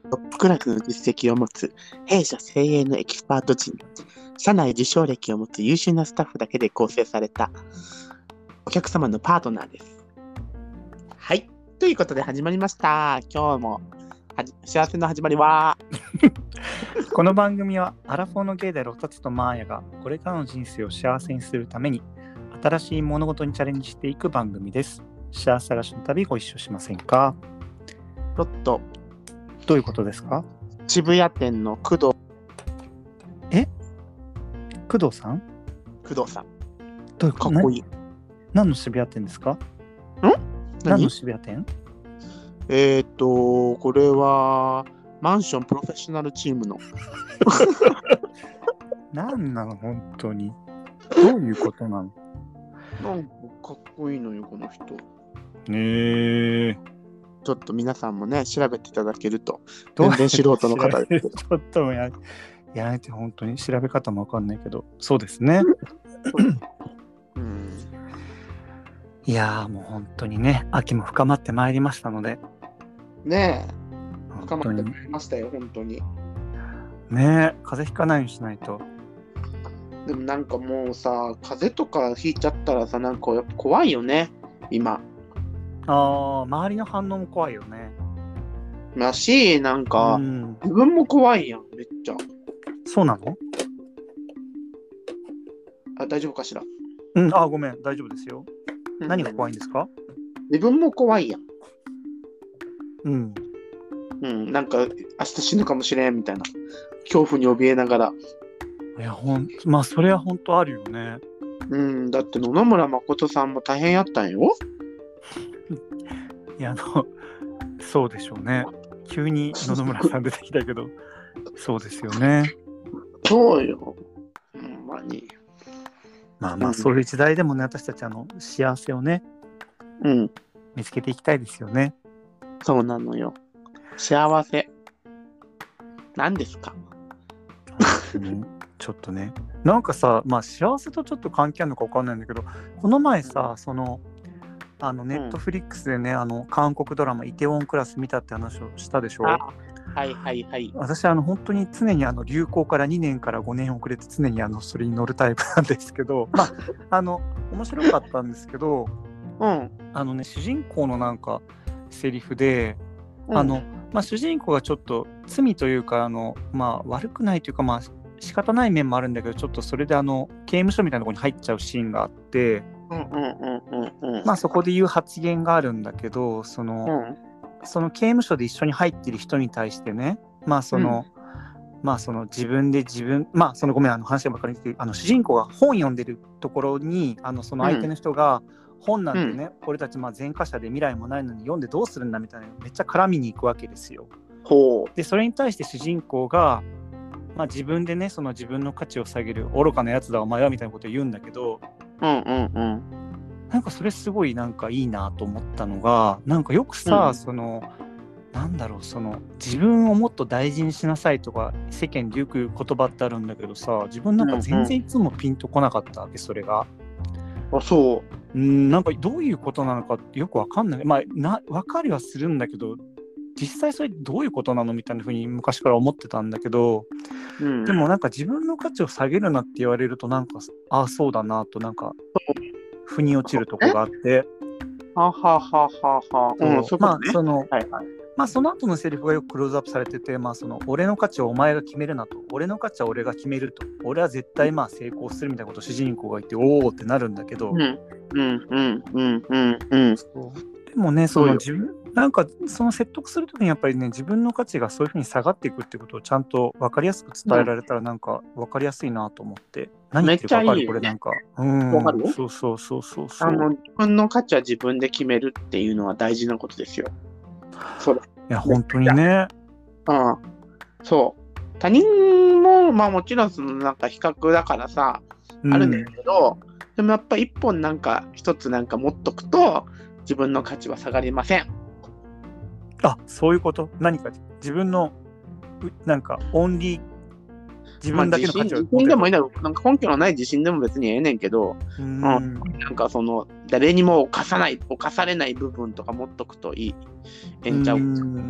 トップクラスの実績を持つ弊社精鋭のエキスパート陣、社内受賞歴を持つ優秀なスタッフだけで構成されたお客様のパートナーです。はい。ということで始まりました。今日も幸せの始まりはこの番組はアラフォーのゲイであるオタツとマーヤがこれからの人生を幸せにするために新しい物事にチャレンジしていく番組です。幸せ探しの旅ご一緒しませんか？ ちょっとどういうことですか？ 渋谷店の工藤さんどういうことかっこいい。 何の渋谷店ですか？何の渋谷店？ これはマンションプロフェッショナルチームの何なの本当に。どういうことなの？ なんかかっこいいのよこの人。ちょっと皆さんもね調べていただけると。全然素人の方です。 ちょっとやめて、本当に調べ方も分かんないけど、そうですね。いやーもう本当にね、秋も深まってまいりましたのでねえ、深まってまいりましたよ本当にねえ、風邪ひかないようにしないと。 でもなんかもうさ、風邪とかひいちゃったらさ、なんかやっぱ怖いよね今。 周りの反応も怖いよね。 だし、なんか、自分も怖いやん、めっちゃ。 そうなの？ 大丈夫かしら？ ごめん、大丈夫ですよ。何が怖いんですか？ 自分も怖いやん。 なんか、明日死ぬかもしれんみたいな。恐怖に怯えながら。 いや、まあ、それは本当あるよね。 だって野々村誠さんも大変やったんよ。 いや、そうでしょうね。急に野々村さん出てきたけど、そうですよね。 そうよ。ほんまに。 まあ、そういう時代でもね、私たち幸せをね、見つけていきたいですよね。 そうなのよ。幸せ。何ですか？ ちょっとね、なんかさ、まあ幸せとちょっと関係あるのか分かんないんだけど、この前さ、ネットフリックスでね、韓国ドラマイテウォンクラス見たって話をしたでしょ。 はいはいはい。 私本当に常に流行から2年から5年遅れて常にそれに乗るタイプなんですけど、まあ面白かったんですけど、主人公のなんかセリフで、主人公がちょっと罪というか悪くないというか仕方ない面もあるんだけど、ちょっとそれで刑務所みたいなところに入っちゃうシーンがあって、そこで言う発言があるんだけど、その刑務所で一緒に入っている人に対してね、自分でごめん話ばっかり言って、主人公が本読んでるところにその相手の人が、本なんてね、俺たち前科者で未来もないのに読んでどうするんだみたいなめっちゃ絡みに行くわけですよ。でそれに対して主人公が、自分でね、その自分の価値を下げる愚かなやつだお前はみたいなことを言うんだけど、なんかそれすごいなんかいいなと思ったのが、なんかよくさ、自分をもっと大事にしなさいとか世間でよく言う言葉ってあるんだけどさ、自分なんか全然いつもピンとこなかったわけ、それが。なんかどういうことなのかよくわかんない。わかりはするんだけど、実際それどういうことなのみたいな風に昔から思ってたんだけど、でもなんか自分の価値を下げるなって言われると、なんかそうだなと、なんか腑に落ちるとこがあって、その後のセリフがよくクローズアップされてて、俺の価値をお前が決めるなと、俺の価値は俺が決めると、俺は絶対成功するみたいなことを主人公が言って、おおってなるんだけど、でもね、自分なんかその説得するときにやっぱりね、自分の価値がそういうふうに下がっていくってことをちゃんと分かりやすく伝えられたら、なんか分かりやすいなと思って、何言ってるか分かる？これなんか分かるよ。そう自分の価値は自分で決めるっていうのは大事なことですよ。 いや本当にね。 そう他人ももちろんなんか比較だからさ、あるんだけど、でもやっぱ一本なんか一つなんか持っとくと自分の価値は下がりません。 そういうこと？何か自分のなんかオンリー自分だけの価値を持てる。 自信でもいいだろう。なんか根拠のない自信でも別にええねんけど、なんか誰にも犯されない部分とか持っとくといい。えんちゃう。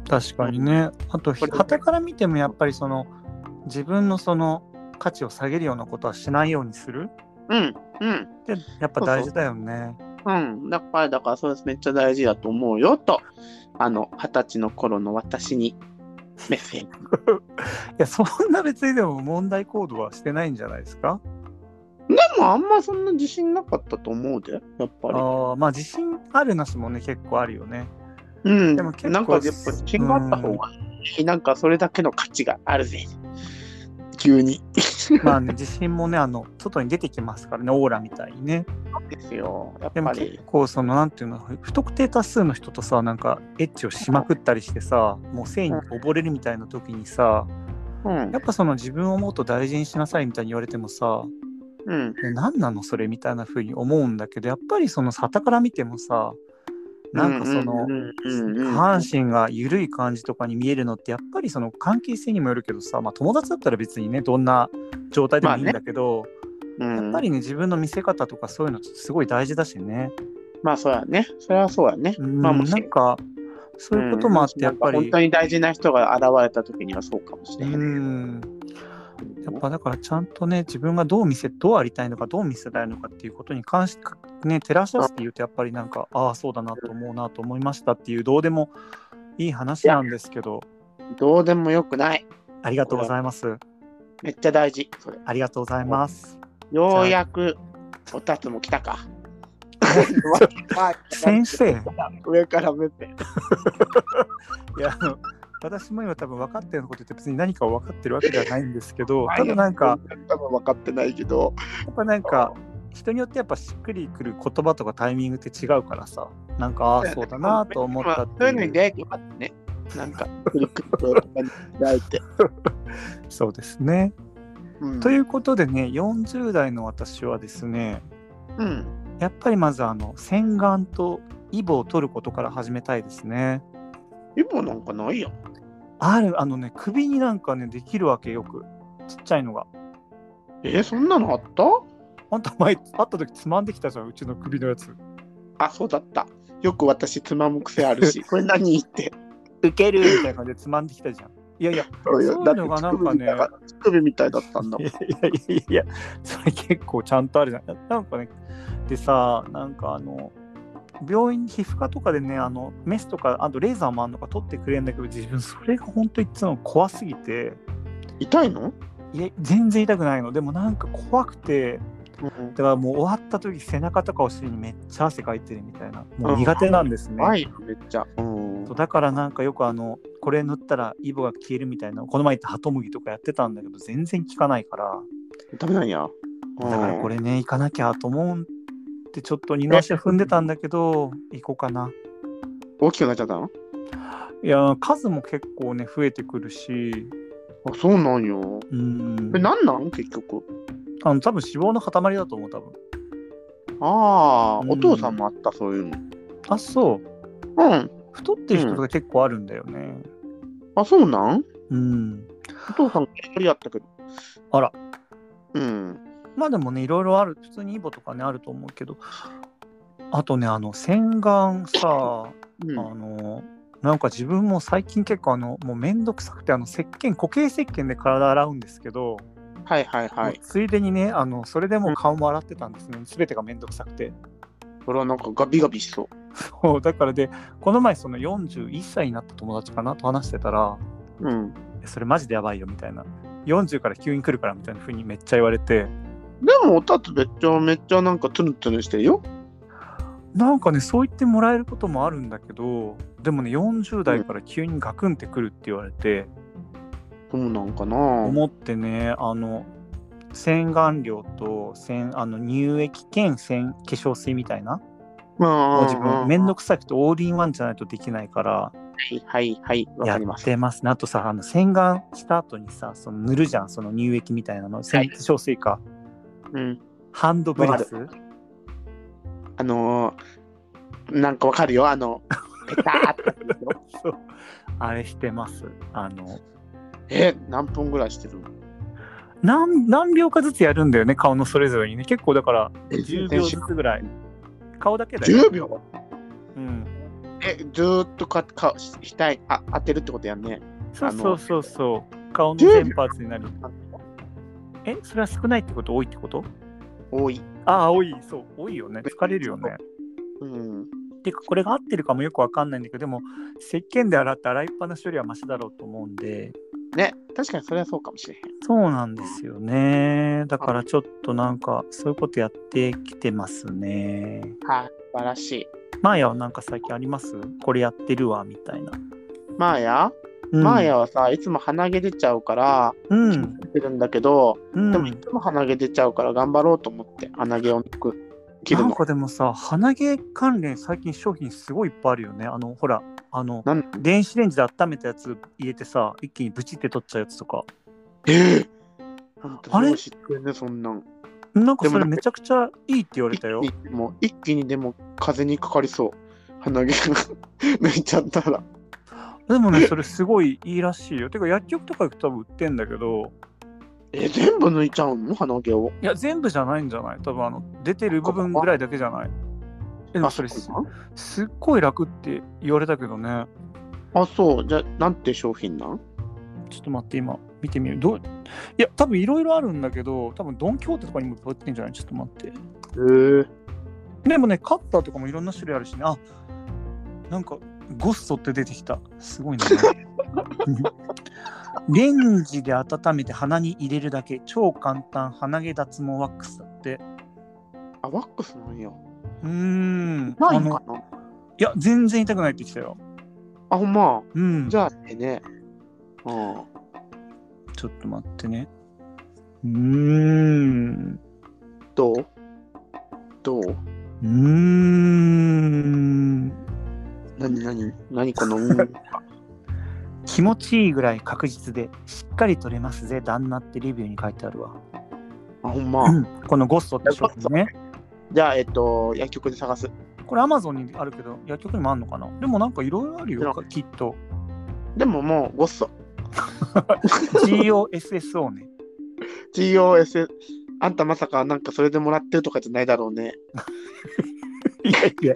確かにね。あと、傍から見てもやっぱりその、自分のその価値を下げるようなことはしないようにする。 うんで、やっぱ大事だよね。 だからそれめっちゃ大事だと思うよと、20歳の頃の私にメッセージ。いや、そんな別にでも問題行動はしてないんじゃないですか。 でもあんまそんな自信なかったと思うで、やっぱり。 まあ自信あるなしもね、結構あるよね。 でも結構なんかやっぱ自信があった方がいい、なんかそれだけの価値があるぜ。急に。 まあね、自信もね、外に出てきますからね、オーラみたいにね。 ですよ。やっぱり。 でも結構なんていうの、不特定多数の人とさ、なんかエッチをしまくったりしてさ、もう性に溺れるみたいな時にさ、やっぱその自分をもっと大事にしなさいみたいに言われてもさ、何なのそれみたいな風に思うんだけど、やっぱりその傍から見てもさ、なんかその下半身が緩い感じとかに見えるのってやっぱりその関係性にもよるけどさ、まあ友達だったら別にねどんな状態でもいいんだけど、やっぱりね自分の見せ方とかそういうのってすごい大事だしね。 まあそうやね。それはそうやね。まあもしなんかそういうこともあってやっぱり本当に大事な人が現れた時にはそうかもしれない。 やっぱだからちゃんとね自分がどうありたいのかどう見せたいのかっていうことに関してね照らし合わせて言うとやっぱりなんかそうだなと思うなと思いましたっていうどうでもいい話なんですけど、 どうでもよくない。 ありがとうございます。 めっちゃ大事それ。 ありがとうございます。 ようやくおたつも来たか。 先生上から目線。 いや私も今多分分かってることって別に何かを分かってるわけではないんですけど、ただなんか多分分かってないけど、 やっぱなんか人によってやっぱしっくりくる言葉とかタイミングって違うからさ、なんかそうだなと思ったっていう。 そういうのに出会えてよかったね。なんかクリックとかに出会えて。 そうですね。ということでね、40代の私はですね、やっぱりまず洗顔とイボを取ることから始めたいですね。 イボなんかないやん。 ある首になんかねできるわけよくちっちゃいのが。 そんなのあった？ あんた前会った時つまんできたじゃん、うちの首のやつ。 そうだった。よく私つまむ癖あるし、これ何言ってウケるみたいな感じでつまんできたじゃん。いやいや、そういうのがなんかね、 乳首みたいだったんだもん。 いや、それ結構ちゃんとあるじゃん。なんかね、でさ、なんか病院、皮膚科とかでね、メスとか、あとレーザーもあるのか取ってくれるんだけど、自分それが本当にいつも怖すぎて。 痛いの？ いや、全然痛くないの。でもなんか怖くて、だからもう終わった時背中とかお尻にめっちゃ汗かいてるみたいな、もう苦手なんですね。 怖いよめっちゃ。 だからなんかよくこれ塗ったらイボが消えるみたいな、この前言ったハトムギとかやってたんだけど全然効かないから。 ダメなんや。 だからこれね行かなきゃと思ってちょっと二の足踏んでたんだけど行こうかな。 大きくなっちゃったの？ いや数も結構ね増えてくるし。 そうなんよ。何なん結局。 多分脂肪の塊だと思う多分。 お父さんもあったそういうの。 そう。太ってる人とか結構あるんだよね。 そうなん？お父さん一人やったけど。 あら。まあでもねいろいろある、普通にイボとかねあると思うけど、あとね洗顔さ、なんか自分も最近結構もうめんどくさくて固形石鹸で体洗うんですけど、ついでにねそれでもう顔も洗ってたんですね。全てがめんどくさくて。 それはなんかガビガビしそう。 そうだからでこの前その41歳になった友達かなと話してたら、それマジでやばいよみたいな、40から急に来るからみたいな風にめっちゃ言われて。 でもおたつめっちゃなんかツルツルしてるよ。 なんかねそう言ってもらえることもあるんだけど、でもね40代から急にガクンってくるって言われて、 そうなんかな思ってね、洗顔料と乳液兼化粧水みたいな、もう自分めんどくさくてオールインワンじゃないとできないからわかります。 やってますね。あとさ洗顔した後にさ塗るじゃん、その乳液みたいなの、化粧水か、ハンドブレス、 なんかわかるよ、ペターってそうあれしてます。 何分ぐらいしてるの？ 何秒かずつやるんだよね、顔のそれぞれにね。結構だから10秒ずつぐらい。顔だけだよ。 10秒？ ずーっと額当てるってことやんね。 そう。顔の全パーツになる。それは少ないってこと？多いってこと？ 多い。 多い。そう、多いよね。疲れるよね。てか、これが合ってるかもよくわかんないんだけど、でも、石鹸で洗いっぱなしよりはマシだろうと思うんで。 ね、確かにそれはそうかもしれへん。 そうなんですよね。だからちょっとなんか、そういうことやってきてますね。 はい、素晴らしい。 マーヤはなんか最近あります？これやってるわ、みたいな。 マーヤはさ、いつも鼻毛出ちゃうから、気になってるんだけど、でもいつも鼻毛出ちゃうから頑張ろうと思って鼻毛を切るの。 なんかでもさ、鼻毛関連最近商品すごいいっぱいあるよね。ほら、電子レンジで温めたやつ入れてさ、一気にブチって取っちゃうやつとか。 あれ知ってるね、そんなん。 なんかそれめちゃくちゃいいって言われたよ。 一気にでも風にかかりそう。鼻毛が抜いちゃったら。 でもね、それすごいいいらしいよ。てか薬局とか行くと多分売ってんだけど。 全部抜いちゃうの？鼻毛を。 いや、全部じゃないんじゃない？多分出てる部分ぐらいだけじゃない。でもそれすっごい楽って言われたけどね。 そう。じゃあ、なんて商品なん？ ちょっと待って、今見てみる。いや、多分いろいろあるんだけど、多分ドン・キホーテとかにも売ってんじゃない？ちょっと待って。でもね、カッターとかもいろんな種類あるしね。なんかゴッソって出てきた。すごいね。レンジで温めて鼻に入れるだけ。超簡単鼻毛脱毛ワックスだって。 ワックスなんや。 ないかな？いや、全然痛くないって言ってたよ。 ほんま。じゃあね。 ちょっと待ってね。 どう何この気持ちいいぐらい確実でしっかり取れますぜ旦那ってレビューに書いてあるわ。 ほんま。 このゴッソって商品ね。 じゃあ薬局で探す。これ Amazon にあるけど薬局にもあるのかな？でもなんかいろいろあるよきっと。 でももうゴッソ。 GOSSO ね。 GOSS。あんたまさかなんかそれでもらってるとかじゃないだろうね。 いや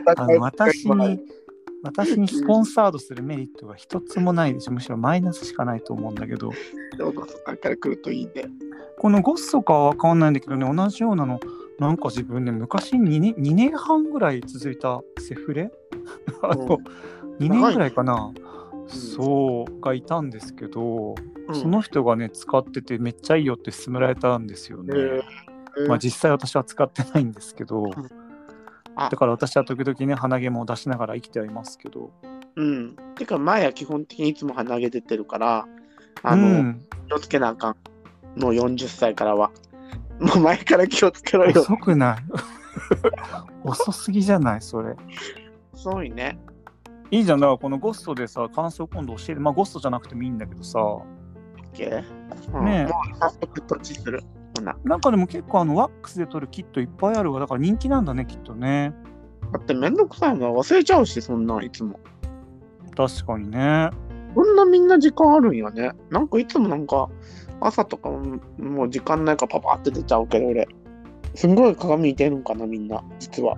私にスポンサードするメリットが一つもないでしょ。むしろマイナスしかないと思うんだけど。 でもゴッソさんから来るといいね。 このゴッソかは分かんないんだけどね、同じようなのなんか自分ね昔2年半ぐらい続いたセフレ2年ぐらいかな、そうがいたんですけど、その人がね使っててめっちゃいいよって勧められたんですよね。実際私は使ってないんですけど、だから私は時々ね鼻毛も出しながら生きてはいますけど。 てか前は基本的にいつも鼻毛出てるから気をつけなあかん。もう40歳からはもう前から気をつけろよ。 遅くない遅すぎじゃないそれ。 遅いね。 いいじゃん。だからこのゴッソでさ感想今度教えて。ゴッソじゃなくてもいいんだけどさ。 ねえ。もう早速土地する。 なんかでも結構ワックスで取るキットいっぱいあるわ。だから人気なんだねきっとね。 だってめんどくさいの忘れちゃうし、そんなんいつも。 確かにね。 こんなみんな時間あるんやね。なんかいつもなんか朝とかもう時間ないからパパって出ちゃうけど俺。すんごい鏡見てるんかなみんな実は。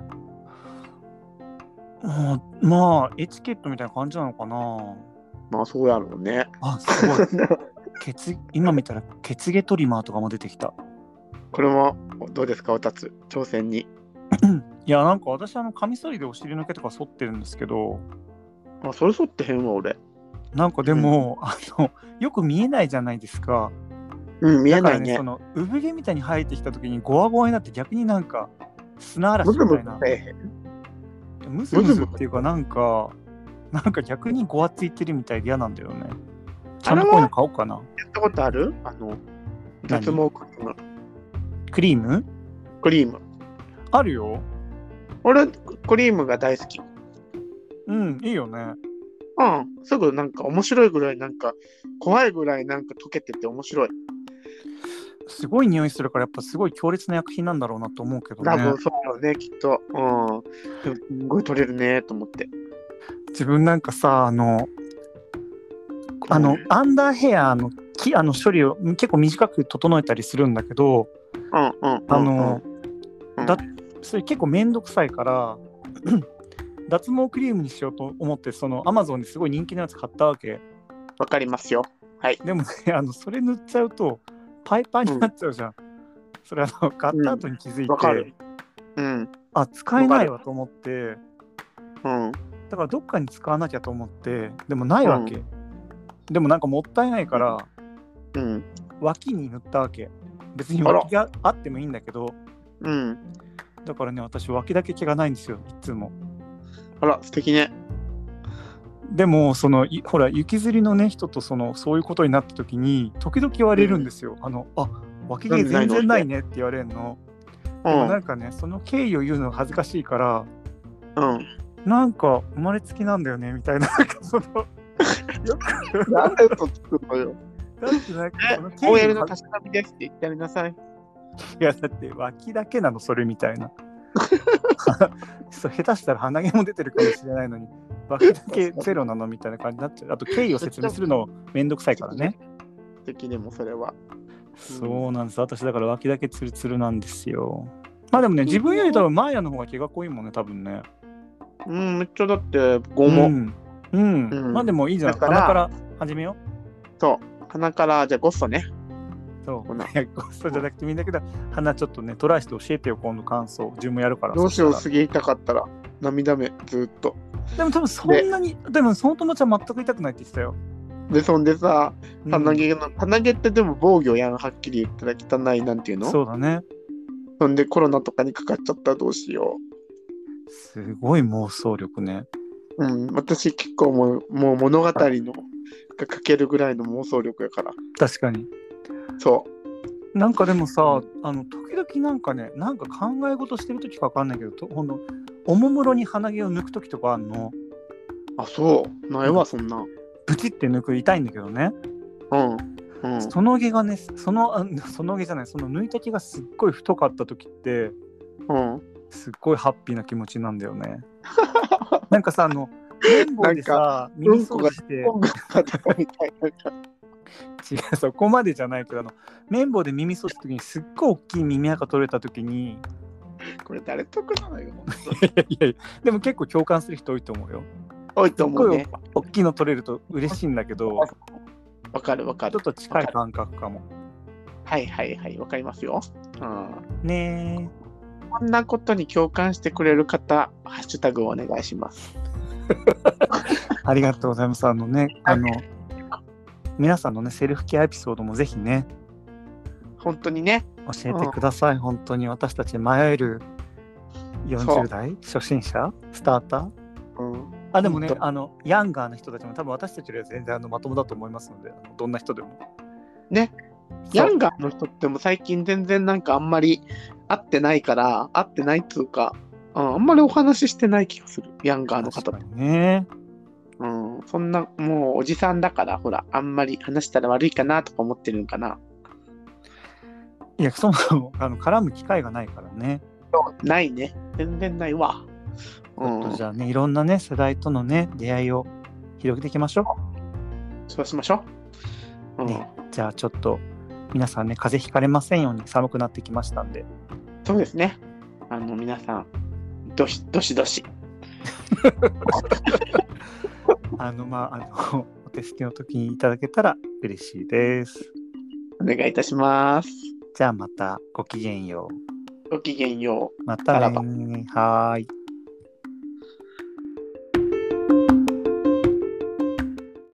エチケットみたいな感じなのかな。 そうやろうね。 すごい。今見たら血毛トリマーとかも出てきた。 これもどうですかおたつ挑戦に。 いやなんか私カミソリでお尻抜けとか剃ってるんですけど。 それ剃ってへんわ俺。 なんかでも、よく見えないじゃないですか。 見えないね。 その産毛みたいに生えてきた時にゴワゴワになって逆になんか砂嵐みたいな。ムズムズっていうかなんか逆にゴワついてるみたいで嫌なんだよね。ちゃんとこういうの買おうかな。 やったことある？脱毛クリーム？ クリーム。 あるよ。 俺クリームが大好き。 いいよね。 すぐなんか面白いぐらいなんか怖いぐらいなんか溶けてて面白い。 すごい匂いするからやっぱすごい強烈な薬品なんだろうなと思うけどね。 多分そうよねきっと。でもすごい取れるねと思って。 自分なんかさアンダーヘアの処理を結構短く整えたりするんだけど、それ結構めんどくさいから脱毛クリームにしようと思って、そのアマゾンですごい人気のやつ買ったわけ。 わかりますよ。はい。 でもね、それ塗っちゃうとパイパイになっちゃうじゃん。それ買った後に気づいて、 わかる。うん。 使えないわと思って、 うん。 だからどっかに使わなきゃと思って、でもないわけ。でもなんかもったいないから、脇に塗ったわけ。別に脇があってもいいんだけど、だからね、私脇だけ毛がないんですよ、いつも。 あら、素敵ね。 でもほら雪吊りのね人とそういうことになった時に時々言われるんですよ。脇毛全然ないねって言われるの。でもなんかね、その経緯を言うのが恥ずかしいから、なんか生まれつきなんだよねみたいな、よくなんで嘘つくのよ。 だってなんかその経緯 OL のたしなみですって言ってやりなさい。 いやだって脇だけなのそれみたいな。下手したら鼻毛も出てるかもしれないのに脇だけゼロなのみたいな感じになっちゃう。あと経緯を説明するのめんどくさいからね。 的でもそれは。 そうなんです。私だから脇だけツルツルなんですよ。まあでもね、自分より多分マーヤの方が毛が濃いもんね、多分ね。 めっちゃだってゴモ。 まあでもいいじゃん。鼻から始めよう。そう。鼻からじゃあゴッソね。 そう。いやゴッソじゃなくてもいいんだけど、鼻ちょっとねトライして教えてよ今度感想。自分もやるから。 どうしようすげえ痛かったら涙目ずっと。 でも多分そんなに、でもその友達は全く痛くないって言ってたよ。 でそんでさ、鼻毛ってでも防御やん、はっきり言ったら汚いなんていうの。そうだね。 そんでコロナとかにかかっちゃったらどうしよう。すごい妄想力ね。 私結構もう物語のが書けるぐらいの妄想力やから。 確かに。 そうなんかでもさ、時々なんかね、なんか考え事してる時か分かんないけど、ほんのおもむろに鼻毛を抜く時とかあんの。 あ、そうないわ、そんな。 ブチって抜く痛いんだけどね。その毛がね、その毛じゃない、その抜いた毛がすっごい太かった時って、すっごいハッピーな気持ちなんだよね。なんかさ、綿棒でさ、耳掃除して。違う、そこまでじゃないけど、綿棒で耳掃除した時にすっごい大きい耳垢取れた時に、 これ誰得なのよ。 いやでも結構共感する人多いと思うよ。 多いと思うね。 大きいの取れると嬉しいんだけど、 わかる。ちょっと近い感覚かも。 はいわかりますよ。 ねえ。 こんなことに共感してくれる方、ハッシュタグをお願いします。 ありがとうございます。皆さんのね、セルフケアエピソードもぜひね、 本当にね、 教えてください。本当に私たち迷える40代初心者スターター、でもね、ヤンガーな人たちも多分私たちよりは全然まともだと思いますので、どんな人でもね。ヤンガーの人っても最近全然なんかあんまり会ってないっつうか、あんまりお話ししてない気がする、ヤンガーの方ね。 そんなもうおじさんだからほら、あんまり話したら悪いかなとか思ってるんかな。 いや、そもそも絡む機会がないからね。 ないね、全然ないわ。 じゃあね、いろんなね世代とのね出会いを広げていきましょう。 そうしましょう。 じゃあちょっと皆さんね、風邪ひかれませんように、寒くなってきましたんで。 そうですね。皆さんどしどしお手すきの時にいただけたら嬉しいです。 お願いいたします。 じゃあまたごきげんよう。 ごきげんよう。 またね。はーい。